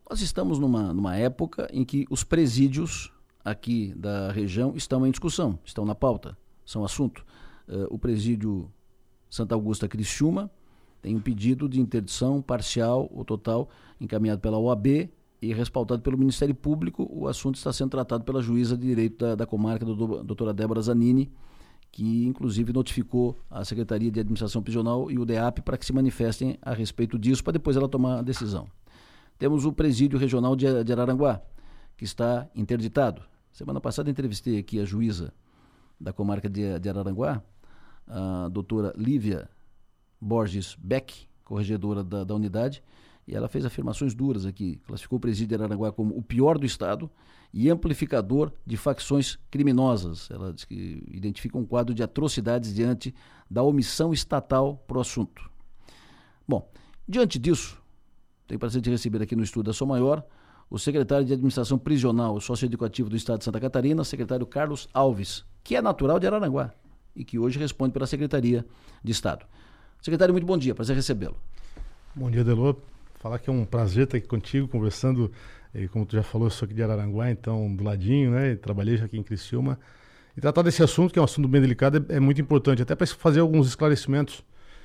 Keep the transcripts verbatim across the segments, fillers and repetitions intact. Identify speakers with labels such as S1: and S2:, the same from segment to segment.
S1: Nós estamos numa, numa época em que os presídios aqui da região estão em discussão, estão na pauta, são assunto. Uh, o presídio Santa Augusta Criciúma tem um pedido de interdição parcial ou total encaminhado pela O A B e respaldado pelo Ministério Público. O assunto está sendo tratado pela juíza de direito da, da comarca, a doutora Débora Zanini, que inclusive notificou a Secretaria de Administração Prisional e o D E A P para que se manifestem a respeito disso, para depois ela tomar a decisão. Temos o presídio regional de, de Araranguá, que está interditado. Semana passada entrevistei aqui a juíza da comarca de, de Araranguá, a doutora Lívia Borges Beck, corregedora da, da unidade, e ela fez afirmações duras aqui, classificou o presídio de Araranguá como o pior do estado e amplificador de facções criminosas. Ela diz que identifica um quadro de atrocidades diante da omissão estatal para o assunto. Bom, diante disso, tenho o prazer de receber aqui no estúdio da Som Maior o secretário de Administração Prisional Socioeducativo do Estado de Santa Catarina, secretário Carlos Alves, que é natural de Araranguá e que hoje responde pela Secretaria de Estado. Secretário, muito bom dia, prazer recebê-lo.
S2: Bom dia, Delô. Falar que é um prazer estar aqui contigo, conversando, e como tu já falou, eu sou aqui de Araranguá, então do ladinho, né, trabalhei já aqui em Criciúma, e tratar desse assunto, que é um assunto bem delicado, é, é muito importante, até para fazer alguns esclarecimentos,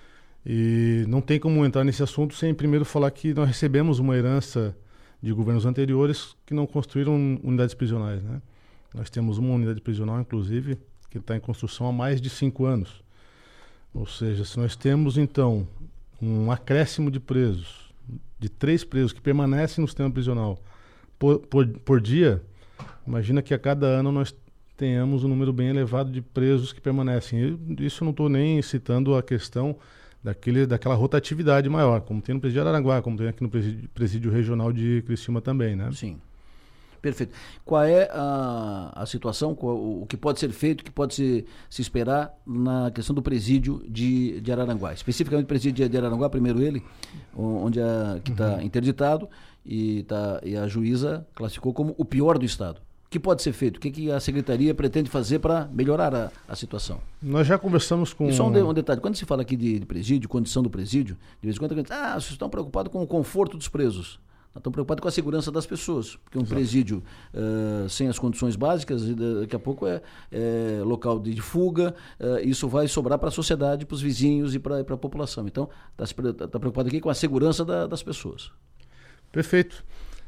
S2: e não tem como entrar nesse assunto sem primeiro falar que nós recebemos uma herança de governos anteriores que não construíram unidades prisionais, né. Nós temos uma unidade prisional, inclusive, que está em construção há mais de cinco anos, ou seja, se nós temos então um acréscimo de presos, de três presos que permanecem no sistema prisional por, por, por dia, imagina que a cada ano nós tenhamos um número bem elevado de presos que permanecem. E isso eu não estou nem citando a questão daquele, daquela rotatividade maior, como tem no presídio de Araranguá, como tem aqui no presídio, presídio regional de Criciúma também, né?
S1: Sim. Perfeito. Qual é a, a situação, qual, o que pode ser feito, o que pode se, se esperar na questão do presídio de, de Araranguá? Especificamente o presídio de, de Araranguá, primeiro ele, onde a, que está uhum. interditado e, tá, e a juíza classificou como o pior do estado. O que pode ser feito? O que, que a Secretaria pretende fazer para melhorar a, a situação?
S2: Nós já conversamos com...
S1: E só um, de, um detalhe, quando se fala aqui de, de presídio, condição do presídio, de vez em quando a gente ah, vocês estão preocupados com o conforto dos presos. Nós estamos preocupados com a segurança das pessoas, porque um Exato. presídio uh, sem as condições básicas, e daqui a pouco é, é local de, de fuga, uh, isso vai sobrar para a sociedade, para os vizinhos e para a população. Então, está tá preocupado aqui com a segurança da, das pessoas.
S2: Perfeito.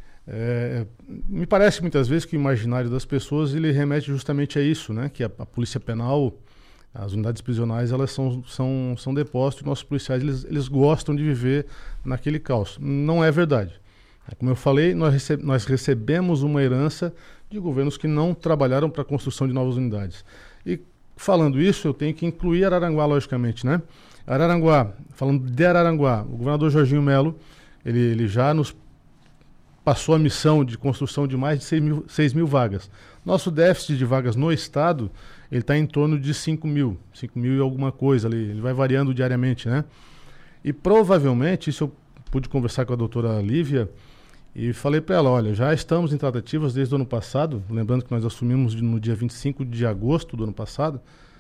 S2: É, me parece muitas vezes que o imaginário das pessoas ele remete justamente a isso, né? Que a, a polícia penal, as unidades prisionais, elas são, são, são depósitos e nossos policiais eles, eles gostam de viver naquele caos. Não é verdade. Como eu falei, nós, receb nós recebemos uma herança de governos que não trabalharam para a construção de novas unidades. E falando isso, eu tenho que incluir Araranguá, logicamente, né? Araranguá, falando de Araranguá, o governador Jorginho Melo, ele, ele já nos passou a missão de construção de mais de seis mil vagas. Nosso déficit de vagas no estado, ele está em torno de cinco mil, cinco mil e alguma coisa ali, ele vai variando diariamente, né? E provavelmente, isso eu pude conversar com a doutora Lívia, e falei para ela, olha, já estamos em tratativas desde o ano passado, lembrando que nós assumimos no dia vinte e cinco de agosto do ano passado,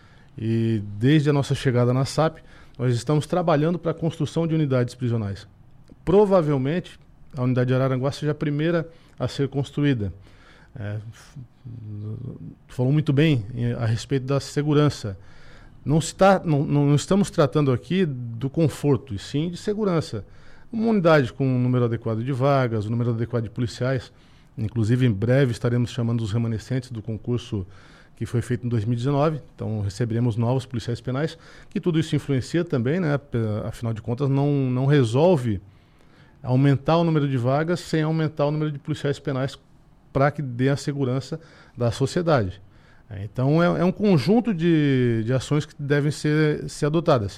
S2: e desde a nossa chegada na S A P, nós estamos trabalhando para a construção de unidades prisionais. Provavelmente, a unidade de Araranguá seja a primeira a ser construída. É, falou muito bem a respeito da segurança. Não, está, não, não estamos tratando aqui do conforto, e sim de segurança. Uma unidade com um número adequado de vagas, um número adequado de policiais. Inclusive, em breve estaremos chamando os remanescentes do concurso que foi feito em dois mil e dezenove. Então, receberemos novos policiais penais, que tudo isso influencia também, né? Afinal de contas, não, não resolve aumentar o número de vagas sem aumentar o número de policiais penais para que dê a segurança da sociedade. Então, é, é um conjunto de, de ações que devem ser, ser adotadas.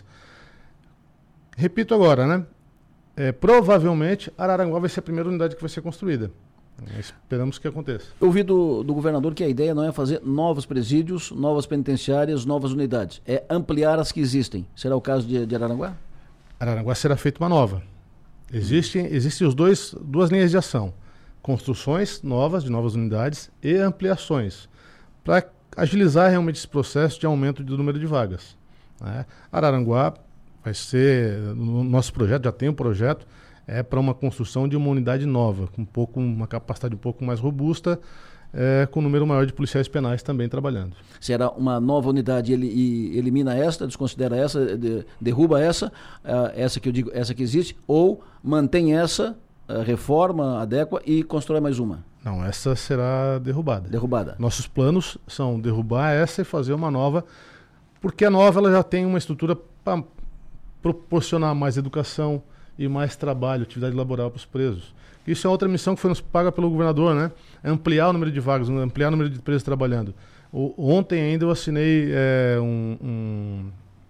S2: Repito agora, né? É, provavelmente, Araranguá vai ser a primeira unidade que vai ser construída. Esperamos que aconteça.
S1: Eu ouvi do, do governador que a ideia não é fazer novos presídios, novas penitenciárias, novas unidades. É ampliar as que existem. Será o caso de, de Araranguá?
S2: Araranguá será feita uma nova. Existem, existem os dois, duas linhas de ação. Construções novas, de novas unidades, e ampliações. Para agilizar realmente esse processo de aumento do número de vagas. Né? Araranguá vai ser, no nosso projeto, já tem um projeto, é para uma construção de uma unidade nova, com um pouco, uma capacidade um pouco mais robusta, é, com um número maior de policiais penais também trabalhando.
S1: Será uma nova unidade, ele e elimina esta, desconsidera essa, de, derruba essa, uh, essa que eu digo, essa que existe, ou mantém essa, uh, reforma, adequa e constrói mais uma?
S2: Não, essa será derrubada.
S1: Derrubada.
S2: Nossos planos são derrubar essa e fazer uma nova, porque a nova ela já tem uma estrutura para proporcionar mais educação e mais trabalho, atividade laboral para os presos. Isso é outra missão que foi nos paga pelo governador, né? Ampliar o número de vagas, ampliar o número de presos trabalhando. O, ontem ainda eu assinei é, um, um,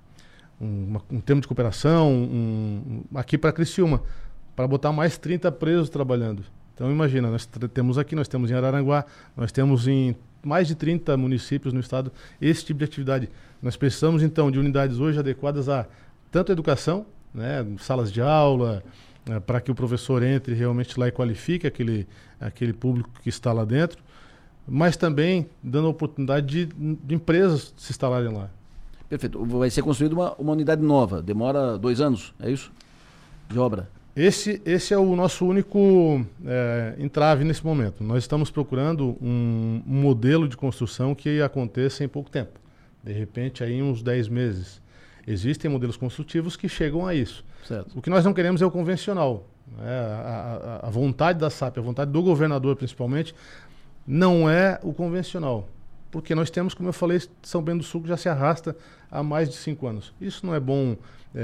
S2: um, uma, um termo de cooperação um, um, aqui para Criciúma, para botar mais trinta presos trabalhando. Então imagina, nós temos aqui, nós temos em Araranguá, nós temos em mais de trinta municípios no estado esse tipo de atividade. Nós precisamos então de unidades hoje adequadas a tanto a educação, né, salas de aula, é, para que o professor entre realmente lá e qualifique aquele, aquele público que está lá dentro, mas também dando a oportunidade de, de empresas se instalarem lá.
S1: Perfeito. Vai ser construída uma, uma unidade nova, demora dois anos, é isso? De obra?
S2: Esse, esse é o nosso único é, entrave nesse momento. Nós estamos procurando um, um modelo de construção que aconteça em pouco tempo. De repente, aí uns dez meses. Existem modelos construtivos que chegam a isso.
S1: Certo.
S2: O que nós não queremos é o convencional. Né? A, a, a vontade da S A P, a vontade do governador principalmente, não é o convencional. Porque nós temos, como eu falei, São Bento do Sul que já se arrasta há mais de cinco anos. Isso não é bom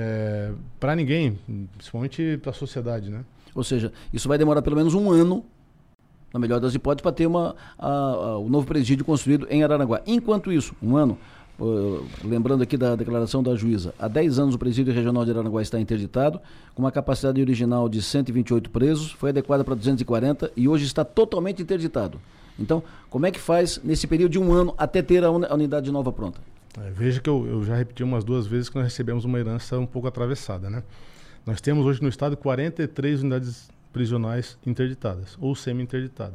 S2: é, para ninguém, principalmente para a sociedade, né?
S1: Ou seja, isso vai demorar pelo menos um ano, na melhor das hipóteses, para ter uma, a, a, o novo presídio construído em Araranguá. Enquanto isso, um ano, uh, lembrando aqui da declaração da juíza, há dez anos o presídio regional de Araranguá está interditado, com uma capacidade original de cento e vinte e oito presos, foi adequada para duzentos e quarenta e hoje está totalmente interditado. Então, como é que faz nesse período de um ano até ter a, un, a unidade nova pronta?
S2: É, veja que eu, eu já repeti umas duas vezes que nós recebemos uma herança um pouco atravessada, né? Nós temos hoje no estado quarenta e três unidades prisionais interditadas ou semi-interditadas.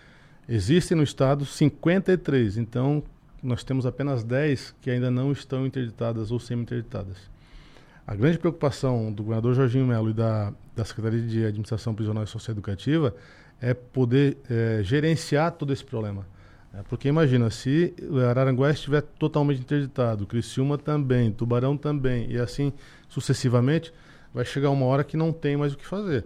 S2: Existem no estado cinquenta e três, então nós temos apenas dez que ainda não estão interditadas ou semi-interditadas. A grande preocupação do governador Jorginho Melo e da, da Secretaria de Administração Prisional e Socioeducativa é poder é, gerenciar todo esse problema. É, porque imagina, se Araranguá estiver totalmente interditado, Criciúma também, Tubarão também, e assim sucessivamente, vai chegar uma hora que não tem mais o que fazer.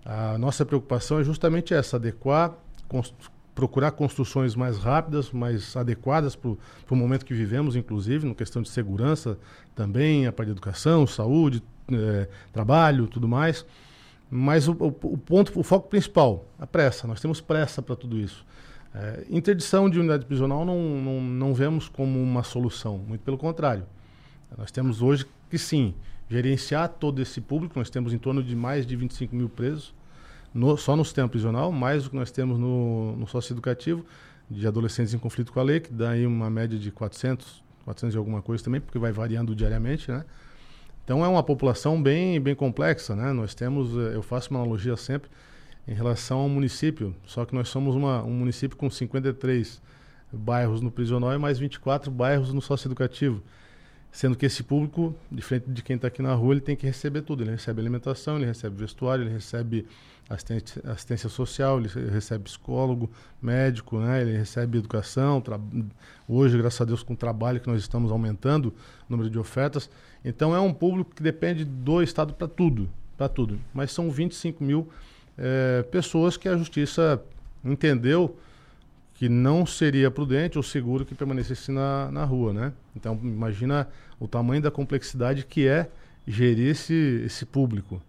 S2: A nossa preocupação é justamente essa, adequar, constru- procurar construções mais rápidas, mais adequadas para o momento que vivemos, inclusive, na questão de segurança também, a parte de educação, saúde, é, trabalho, tudo mais. Mas o, o, o ponto, o foco principal, a pressa. Nós temos pressa para tudo isso. É, interdição de unidade prisional não, não, não vemos como uma solução, muito pelo contrário. Nós temos hoje que sim, gerenciar todo esse público. Nós temos em torno de mais de vinte e cinco mil presos, no, só no sistema prisional, mais do que nós temos no, no socioeducativo, de adolescentes em conflito com a lei, que dá aí uma média de quatrocentos, quatrocentos e alguma coisa também, porque vai variando diariamente, né? Então é uma população bem, bem complexa, né? Nós temos, eu faço uma analogia sempre em relação ao município, só que nós somos uma, um município com cinquenta e três bairros no prisional e mais vinte e quatro bairros no socioeducativo, sendo que esse público, diferente de quem está aqui na rua, ele tem que receber tudo. Ele recebe alimentação, ele recebe vestuário, ele recebe assistência, assistência social, ele recebe psicólogo, médico, né? Ele recebe educação. Tra... Hoje, graças a Deus, com o trabalho que nós estamos aumentando o número de ofertas. Então, é um público que depende do Estado para tudo, para tudo. Mas são vinte e cinco mil é, pessoas que a Justiça entendeu que não seria prudente ou seguro que permanecesse na, na rua, né? Então, imagina o tamanho da complexidade que é gerir esse, esse público.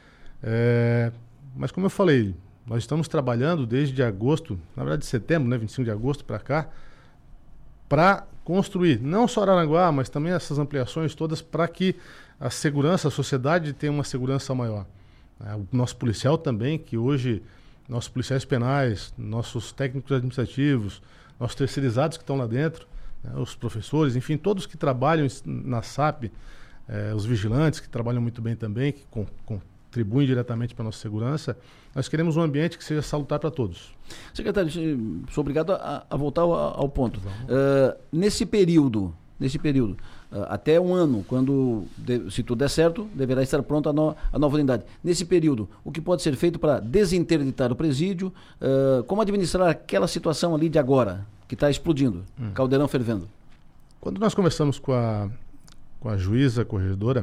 S2: É, mas, como eu falei, nós estamos trabalhando desde agosto, na verdade setembro, né, vinte e cinco de agosto para cá, para construir, não só Araranguá, mas também essas ampliações todas para que a segurança, a sociedade tenha uma segurança maior. É, o nosso policial também, que hoje... nossos policiais penais, nossos técnicos administrativos, nossos terceirizados que estão lá dentro, né, os professores, enfim, todos que trabalham na S A P, eh, os vigilantes que trabalham muito bem também, que com, contribuem diretamente para a nossa segurança, nós queremos um ambiente que seja salutar para todos.
S1: Secretário, sou obrigado a, a voltar ao, ao ponto. Uh, nesse período, nesse período até um ano, quando, se tudo der certo, deverá estar pronta a, no, a nova unidade. Nesse período, o que pode ser feito para desinterditar o presídio, uh, como administrar aquela situação ali de agora, que está explodindo, hum. caldeirão fervendo?
S2: Quando nós conversamos com a, com a juíza corregedora,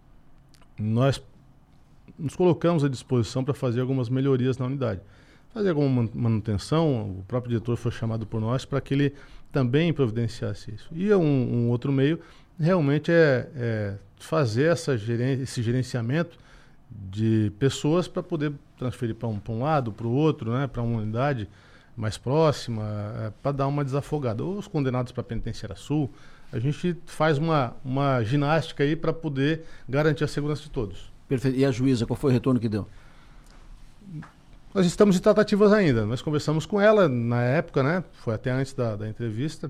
S2: nós nos colocamos à disposição para fazer algumas melhorias na unidade. Fazer alguma manutenção, o próprio diretor foi chamado por nós para que ele também providenciasse isso. E um, um outro meio realmente é, é fazer essa geren- esse gerenciamento de pessoas para poder transferir para um, para um lado, para o outro, né, para uma unidade mais próxima, é, para dar uma desafogada. Ou os condenados para a Penitenciária Sul, a gente faz uma, uma ginástica aí para poder garantir a segurança de todos.
S1: Perfeito. E a juíza, qual foi o retorno que deu?
S2: Nós estamos em tratativas ainda. Nós conversamos com ela na época, né? Foi até antes da, da entrevista.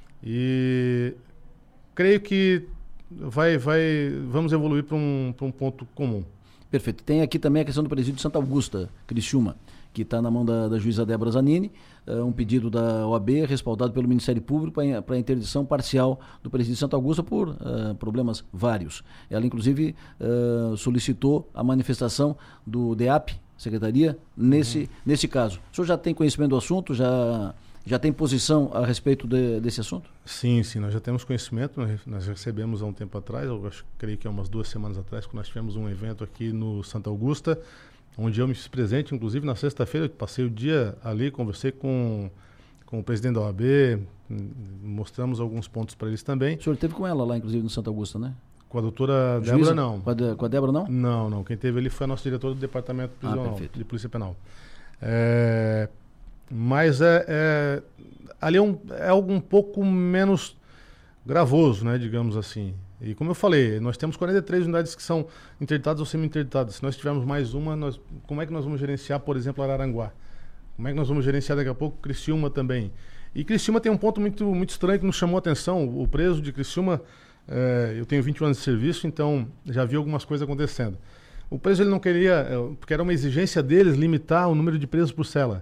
S2: E creio que vai, vai, vamos evoluir para um, para um ponto comum.
S1: Perfeito. Tem aqui também a questão do presídio de Santa Augusta, Criciúma, que está na mão da, da juíza Débora Zanini, uh, um pedido da O A B respaldado pelo Ministério Público para a interdição parcial do presídio de Santa Augusta por uh, problemas vários. Ela, inclusive, uh, solicitou a manifestação do D E A P, Secretaria, nesse, uhum. nesse caso. O senhor já tem conhecimento do assunto? Já, já tem posição a respeito de, desse assunto?
S2: Sim, sim, nós já temos conhecimento. Nós, nós recebemos há um tempo atrás, eu acho, creio que há umas duas semanas atrás, quando nós tivemos um evento aqui no Santa Augusta, onde eu me fiz presente, inclusive na sexta-feira, eu passei o dia ali, conversei com, com o presidente da O A B, mostramos alguns pontos para eles também.
S1: O senhor esteve com ela lá, inclusive, no Santa Augusta, né?
S2: Com a doutora Juíza? Débora, não.
S1: Com a, de, com a Débora, não?
S2: Não, não. Quem teve ali foi a nossa diretora do Departamento Prisional,
S1: ah,
S2: de Polícia Penal. É, mas é, é, ali é, um, é algo um pouco menos gravoso, né, digamos assim. E como eu falei, nós temos quarenta e três unidades que são interditadas ou semi-interditadas. Se nós tivermos mais uma, nós, como é que nós vamos gerenciar, por exemplo, Araranguá? Como é que nós vamos gerenciar daqui a pouco Criciúma também? E Criciúma tem um ponto muito, muito estranho que nos chamou a atenção. O preso de Criciúma, é, eu tenho vinte e um anos de serviço, então já vi algumas coisas acontecendo. O preso ele não queria, porque era uma exigência deles, limitar o número de presos por cela.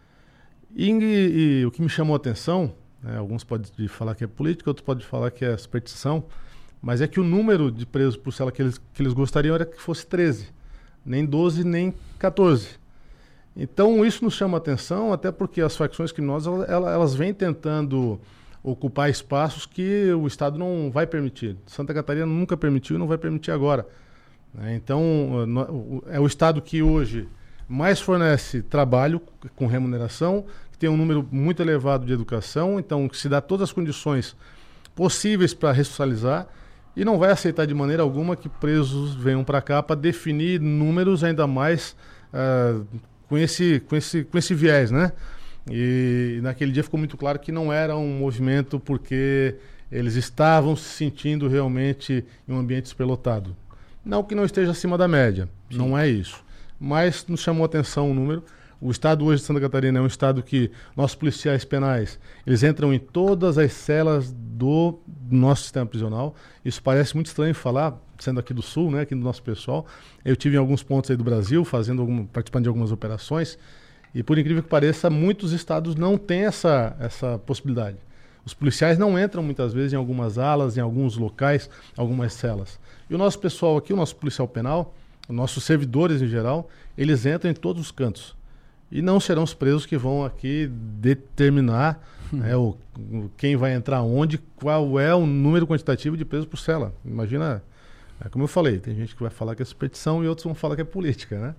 S2: E, e, e o que me chamou a atenção, né, alguns podem falar que é política, outros podem falar que é superstição, mas é que o número de presos por cela que eles, que eles gostariam era que fosse treze, nem doze, nem quatorze. Então isso nos chama a atenção, até porque as facções criminosas elas, elas vêm tentando ocupar espaços que o Estado não vai permitir. Santa Catarina nunca permitiu e não vai permitir agora. Então é o Estado que hoje mais fornece trabalho com remuneração, que tem um número muito elevado de educação, então que se dá todas as condições possíveis para ressocializar, e não vai aceitar de maneira alguma que presos venham para cá para definir números ainda mais uh, com, esse, com, esse, com esse viés, né? E naquele dia ficou muito claro que não era um movimento porque eles estavam se sentindo realmente em um ambiente superlotado. Não que não esteja acima da média, sim, não é isso. Mas nos chamou a atenção o número. O estado hoje de Santa Catarina é um estado que nossos policiais penais, eles entram em todas as celas do nosso sistema prisional. Isso parece muito estranho falar, sendo aqui do Sul, né, aqui do nosso pessoal. Eu tive em alguns pontos aí do Brasil, fazendo algum, participando de algumas operações, e por incrível que pareça, muitos estados não têm essa, essa possibilidade. Os policiais não entram muitas vezes em algumas alas, em alguns locais, algumas celas. E o nosso pessoal aqui, o nosso policial penal, os nossos servidores em geral, eles entram em todos os cantos. E não serão os presos que vão aqui determinar hum. né, o, o, quem vai entrar onde, qual é o número quantitativo de presos por cela. Imagina, é como eu falei, tem gente que vai falar que é superstição e outros vão falar que é política, né?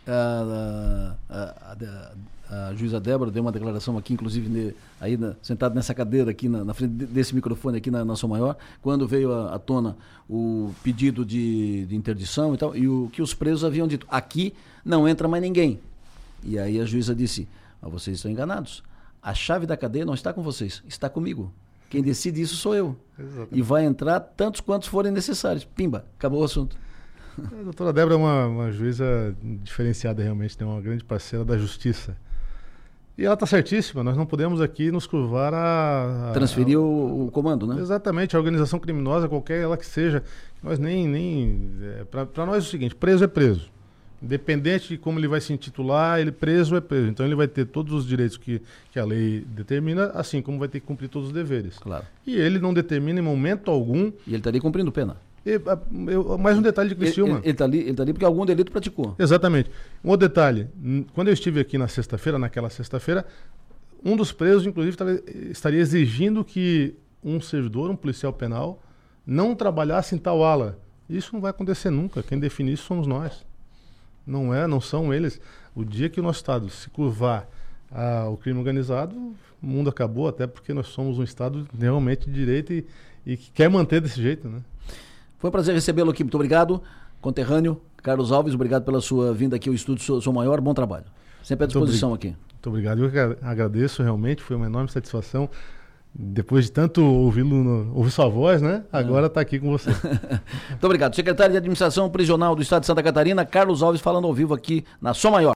S1: A, a, a, a juíza Débora deu uma declaração aqui, inclusive ne, aí na, sentado nessa cadeira aqui na, na frente desse microfone aqui na, na Som Maior, quando veio à, à tona o pedido de, de interdição e tal, e o que os presos haviam dito, aqui não entra mais ninguém. E aí a juíza disse, mas vocês estão enganados, a chave da cadeia não está com vocês, está comigo. Quem decide isso sou eu. Exatamente. E vai entrar tantos quantos forem necessários. Pimba, acabou o assunto.
S2: A doutora Débora é uma, uma juíza diferenciada realmente, né? Uma grande parceira da justiça. E ela está certíssima, nós não podemos aqui nos curvar a... a
S1: Transferir
S2: a,
S1: o, o comando, né?
S2: Exatamente, a organização criminosa, qualquer ela que seja. Nós nem... nem é, para nós é o seguinte, preso é preso. Independente de como ele vai se intitular, ele preso é preso. Então ele vai ter todos os direitos que, que a lei determina, assim como vai ter que cumprir todos os deveres.
S1: Claro.
S2: E ele não determina em momento algum...
S1: E ele está ali cumprindo pena.
S2: E, a, eu, mais um detalhe de Criciúma.
S1: Ele está ali, ele tá ali porque algum delito praticou.
S2: Exatamente. Um outro detalhe. Quando eu estive aqui na sexta-feira, naquela sexta-feira, um dos presos, inclusive, estaria exigindo que um servidor, um policial penal, não trabalhasse em tal ala. Isso não vai acontecer nunca. Quem define isso somos nós. Não é, não são eles. O dia que o nosso Estado se curvar ao crime organizado, o mundo acabou, até porque nós somos um Estado realmente de direito e, e que quer manter desse jeito, né?
S1: Foi um prazer recebê-lo aqui. Muito obrigado, conterrâneo Carlos Alves. Obrigado pela sua vinda aqui ao Estúdio Sou, Sou Maior. Bom trabalho. Sempre à disposição aqui.
S2: Muito obrigado. Eu que agradeço realmente. Foi uma enorme satisfação. Depois de tanto ouvi-lo, ouvir sua voz, né? Agora está aqui com você.
S1: Muito obrigado. Secretário de Administração Prisional do Estado de Santa Catarina, Carlos Alves, falando ao vivo aqui na Sou Maior.